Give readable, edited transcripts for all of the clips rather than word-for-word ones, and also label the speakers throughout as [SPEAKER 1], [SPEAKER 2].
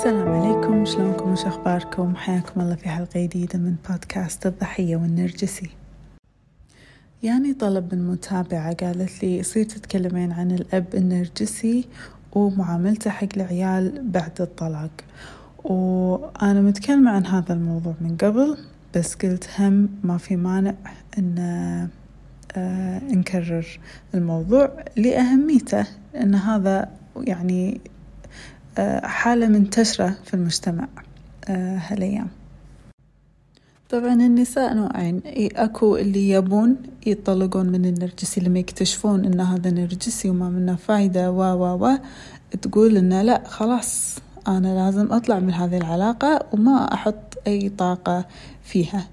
[SPEAKER 1] السلام عليكم، شلونكم وش أخباركم؟ حياكم الله في حلقة جديدة من بودكاست الضحية والنرجسي. يعني طلب من متابعة قالت لي يصير تتكلمين عن الأب النرجسي ومعاملته حق العيال بعد الطلاق، وأنا متكلمة عن هذا الموضوع من قبل، بس قلت هم ما في مانع أن نكرر الموضوع لأهميته، أن هذا يعني حالة منتشرة في المجتمع هالأيام. طبعا النساء نوعين، أكو اللي يبون يطلقون من النرجسي لما يكتشفون إن هذا نرجسي وما منه فايدة تقول إنه لا خلاص أنا لازم أطلع من هذه العلاقة وما أحط أي طاقة فيها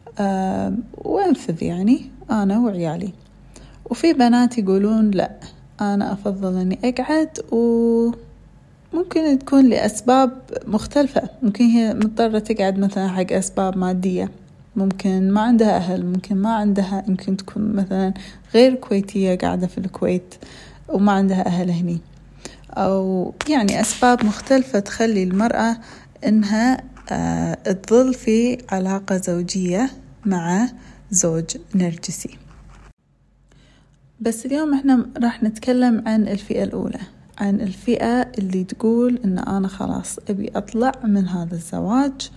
[SPEAKER 1] وأنفذ يعني أنا وعيالي. وفي بنات يقولون لا أنا أفضل أني أقعد، وممكن تكون لأسباب مختلفة. ممكن هي مضطرة تقعد مثلا حق أسباب مادية، ممكن ما عندها أهل، ممكن ما عندها، يمكن تكون مثلا غير كويتية قاعدة في الكويت وما عندها أهل هني، أو يعني أسباب مختلفة تخلي المرأة إنها تظل في علاقة زوجية مع زوج نرجسي. بس اليوم احنا راح نتكلم عن الفئة الأولى، عن الفئة اللي تقول إن أنا خلاص أبي أطلع من هذا الزواج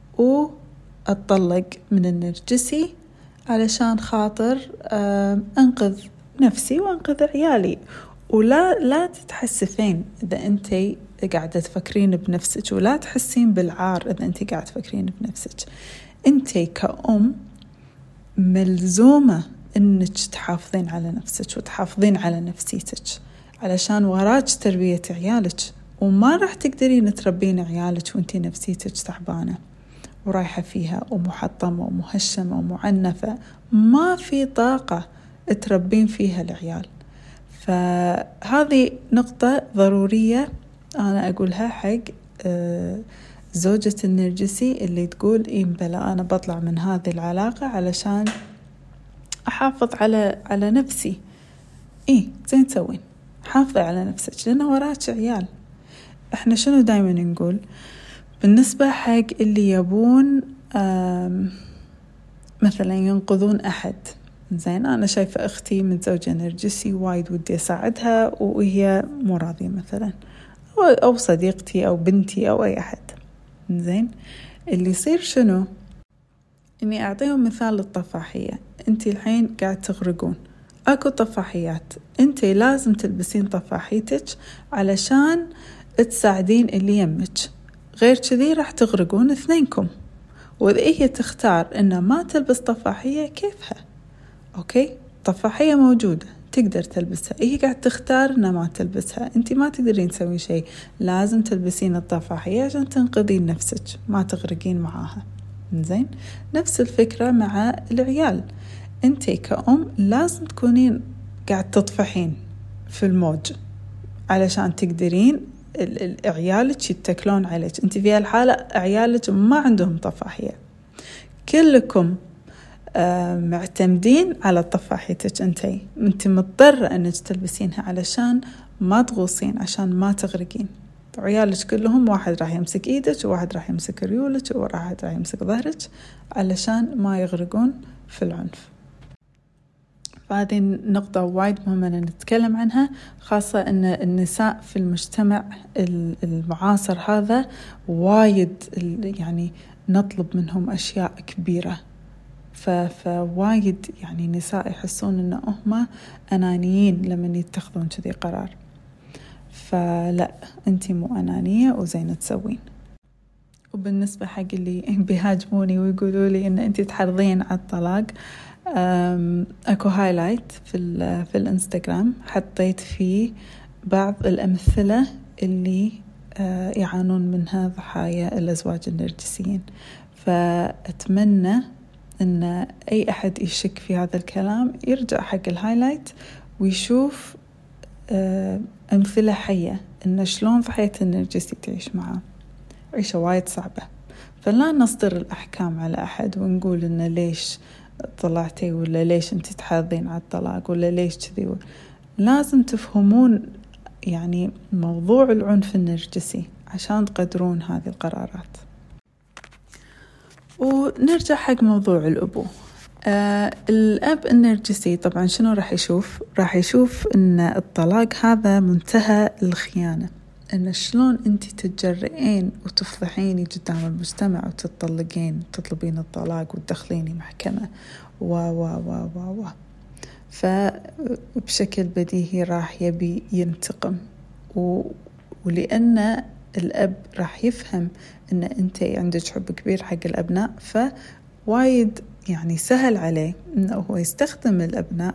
[SPEAKER 1] وأطلق من النرجسي علشان خاطر أنقذ نفسي وأنقذ عيالي. ولا تتحسفين إذا أنتي قاعدة تفكرين بنفسك، ولا تحسين بالعار إذا أنتي قاعدة تفكرين بنفسك. أنتي كأم ملزومة إنك تحافظين على نفسك وتحافظين على نفسيتك، علشان وراك تربية عيالك، وما راح تقدرين تربين عيالك وانتي نفسيتك تعبانة ورايحة فيها ومحطمة ومهشمة ومعنفة، ما في طاقة تربين فيها العيال. فهذه نقطة ضرورية أنا أقولها حق زوجة النرجسي اللي تقول بلا أنا بطلع من هذه العلاقة علشان أحافظ على نفسي. زين تسوين، حافظي على نفسك لأنه وراك عيال. إحنا شنو دايما نقول بالنسبة حق اللي يبون مثلا ينقذون أحد؟ زين أنا شايفة أختي متزوجة نرجسي وايد ودي أساعدها وهي مو راضية مثلا، أو صديقتي أو بنتي أو أي أحد. زين اللي يصير شنو؟ إني أعطيهم مثال الطفاحية. أنتي الحين قاعد تغرقون، أكو طفاحيات، أنتي لازم تلبسين طفاحيتك علشان تساعدين اللي يمك، غير كذي راح تغرقون اثنينكم. وإذا هي تختار إنها ما تلبس طفاحية كيفها، أوكي، طفاحية موجودة تقدر تلبسها، هي قاعد تختار إنها ما تلبسها، أنتي ما تقدرين تسوي شيء، لازم تلبسين الطفاحية عشان تنقذين نفسك ما تغرقين معاها. زين نفس الفكرة مع العيال، أنتي كأم لازم تكونين قاعد تطفحين في الموج علشان تقدرين عيالك يتكلون عليك. أنتي في هالحالة عيالك ما عندهم طفاحية، كلكم معتمدين على طفاحيتك، أنتي مضطرة أنك تلبسينها علشان ما تغوصين، عشان ما تغرقين. عيالك كلهم واحد راح يمسك إيدك، وواحد راح يمسك ريولك، وواحد راح يمسك ظهرك علشان ما يغرقون في العنف. فهذه نقطة وايد مهمة نتكلم عنها، خاصة أن النساء في المجتمع المعاصر هذا وايد يعني نطلب منهم أشياء كبيرة، فوايد يعني نساء يحسون أن هم أنانيين لما يتخذون كذي قرار. فلا أنتي مو أنانية وزين تسوين. وبالنسبة حق اللي بيهاجموني ويقولوا لي أن أنتي تحرضين على الطلاق، أكو هايلايت في الإنستغرام حطيت فيه بعض الأمثلة اللي يعانون منها ضحايا الأزواج النرجسيين. فأتمنى أن أي أحد يشك في هذا الكلام يرجع حق الهايلايت ويشوف أمثلة حية إن شلون ضحية النرجسي تعيش معاه. عيشة وايد صعبة، فلا نصدر الأحكام على أحد ونقول إن ليش طلعتي، ولا ليش أنت تحاضين على الطلاق، ولا ليش كذي. لازم تفهمون يعني موضوع العنف النرجسي عشان تقدرون هذه القرارات. ونرجع حق موضوع الأبو. الأب النرجسي طبعا شنو راح يشوف أن الطلاق هذا منتهى الخيانة، أن شلون أنت تتجرئين وتفضحيني قدام المجتمع وتطلقين وتطلبين الطلاق وتدخليني محكمة و فبشكل بديهي راح يبي ينتقم، ولأن الأب راح يفهم أن أنت عندك حب كبير حق الأبناء، فوايد يعني سهل عليه أنه هو يستخدم الأبناء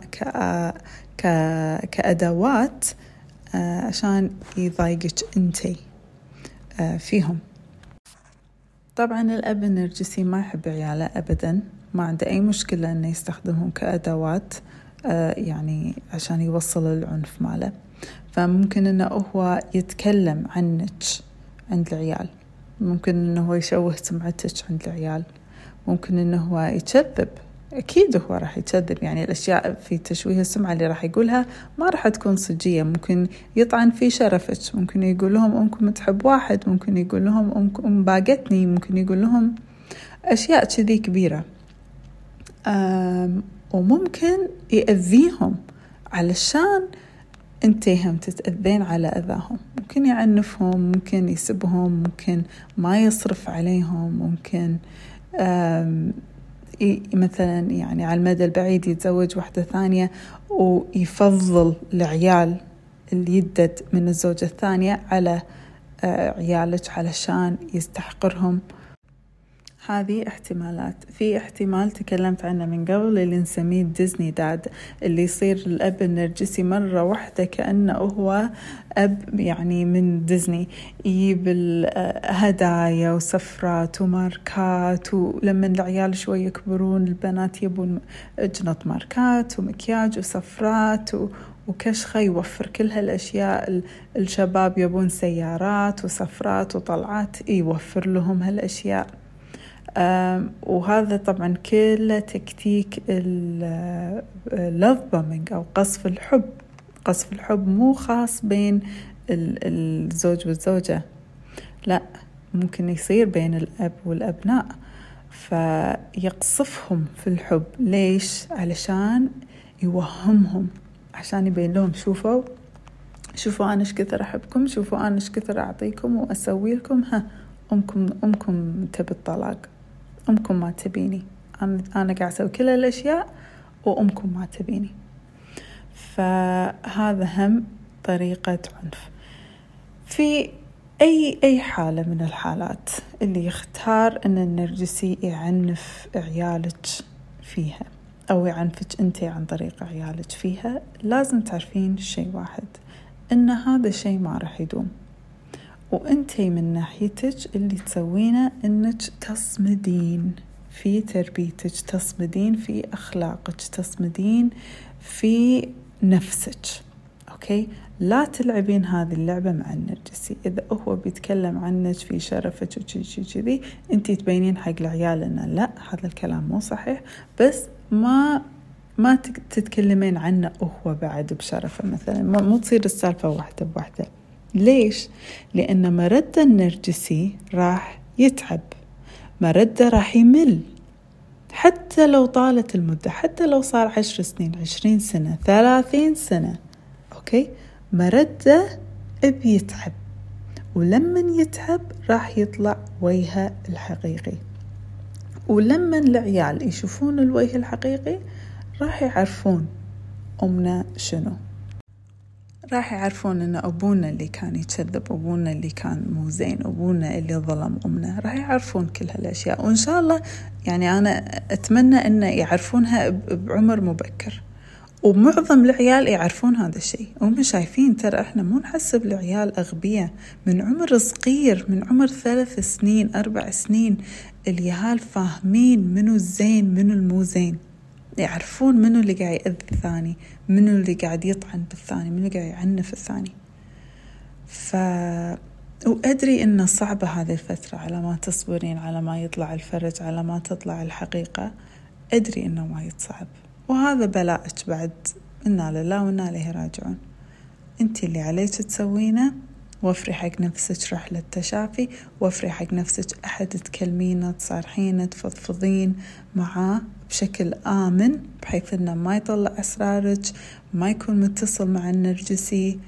[SPEAKER 1] كأدوات عشان يضايقك أنتي فيهم. طبعا الأب النرجسي ما يحب عياله أبدا، ما عنده أي مشكلة أنه يستخدمهم كأدوات يعني عشان يوصل العنف ماله. فممكن أنه هو يتكلم عنك عند العيال، ممكن أنه هو يشوه سمعتك عند العيال، ممكن أنه هو يكذب، أكيد هو راح يكذب، يعني الأشياء في تشويه السمعة اللي راح يقولها ما راح تكون صجية. ممكن يطعن في شرفك، ممكن يقول لهم أمكم تحب واحد، ممكن يقول لهم أمكم باقتني، ممكن يقول لهم أشياء كذي كبيرة، وممكن يأذيهم علشان انتي هم تتأذين على أذاهم. ممكن يعنفهم، ممكن يسبهم، ممكن ما يصرف عليهم، ممكن مثلا يعني على المدى البعيد يتزوج واحدة ثانية ويفضل العيال اللي يدد من الزوجة الثانية على عيالك علشان يستحقرهم. هذه احتمالات. في احتمال تكلمت عنه من قبل اللي نسميه ديزني داد، اللي يصير الأب النرجسي مرة واحدة كأنه هو أب يعني من ديزني، يجيب الهدايا وسفرات وماركات، ولما العيال شوي يكبرون البنات يبون جنط ماركات ومكياج وسفرات وكشخة، يوفر كل هالأشياء. الشباب يبون سيارات وسفرات وطلعات، يوفر لهم هالأشياء. وهذا طبعا كله تكتيك اللوف بومينج أو قصف الحب. قصف الحب مو خاص بين الزوج والزوجة، لا، ممكن يصير بين الأب والأبناء، فيقصفهم في الحب. ليش؟ علشان يوهمهم، عشان يبين لهم شوفوا أنا إيش كثر أحبكم، شوفوا أنا إيش كثر أعطيكم وأسوي لكم، أمكم تبي الطلاق، أمكم ما تبيني، أنا قاعد أسوي كل الأشياء وأمكم ما تبيني. فهذا هم طريقة عنف. في أي حالة من الحالات اللي يختار أن النرجسي يعنف عيالك فيها أو يعنفك أنت عن طريق عيالك فيها، لازم تعرفين شيء واحد، أن هذا الشيء ما راح يدوم. وأنتي من ناحيتك اللي تسوينه أنك تصمدين في تربيتك، تصمدين في أخلاقك، تصمدين في نفسك. أوكي؟ لا تلعبين هذه اللعبة مع النرجسي. إذا هو بيتكلم عنك في شرفك وكذي، أنتي تبينين حق العيال أنه لا، هذا الكلام مو صحيح، بس ما تتكلمين عنه هو بعد بشرفه مثلا، مو تصير السالفة واحدة بواحدة. ليش؟ لأن مرد النرجسي راح يتعب، مرد راح يمل، حتى لو طالت المدة، حتى لو صار 10 سنين، 20 سنة، 30 سنة، أوكي؟ مرده بيتعب، ولما يتعب راح يطلع وجهه الحقيقي. ولما العيال يشوفون الوجه الحقيقي راح يعرفون أمنا شنو، راح يعرفون أن أبونا اللي كان يكذب، أبونا اللي كان مو زين، أبونا اللي ظلم أمنا. راح يعرفون كل هالأشياء، وإن شاء الله يعني أنا أتمنى أن يعرفونها بعمر مبكر، ومعظم العيال يعرفون هذا الشيء. هم شايفين ترى إحنا مو نحسب العيال أغبياء من عمر صغير، من عمر 3 سنين 4 سنين اليهال فاهمين منو الزين منو المو زين، يعرفون منو اللي قاعد يأذي الثاني، منو اللي قاعد يطعن بالثاني، منو قاعد يعنف الثاني. وأدري إنه صعبة هذه الفترة، على ما تصبرين، على ما يطلع الفرج، على ما تطلع الحقيقة، أدري إنه وايد صعب، وهذا بلاءك بعد، إنا لله وإنا إليه راجعون. أنت اللي عليك تسوينه وفري حق نفسك رحلة تشافي، وفري حق نفسك أحد تكلمينه تصارحينه تفضفضين معاه بشكل آمن، بحيث أنه ما يطلع أسرارك، ما يكون متصل مع النرجسي.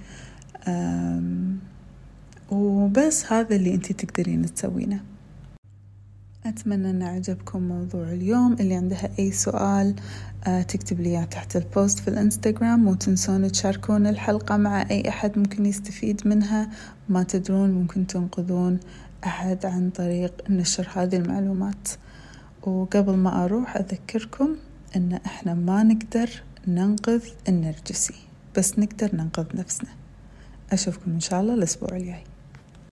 [SPEAKER 1] وبس هذا اللي أنتي تقدرين تسوينه. أتمنى أن عجبكم موضوع اليوم. اللي عندها أي سؤال تكتب لي تحت البوست في الانستغرام. وتنسون تشاركون الحلقة مع أي أحد ممكن يستفيد منها. ما تدرون ممكن تنقذون أحد عن طريق نشر هذه المعلومات. وقبل ما أروح أذكركم أن إحنا ما نقدر ننقذ النرجسي، بس نقدر ننقذ نفسنا. أشوفكم إن شاء الله الأسبوع الجاي.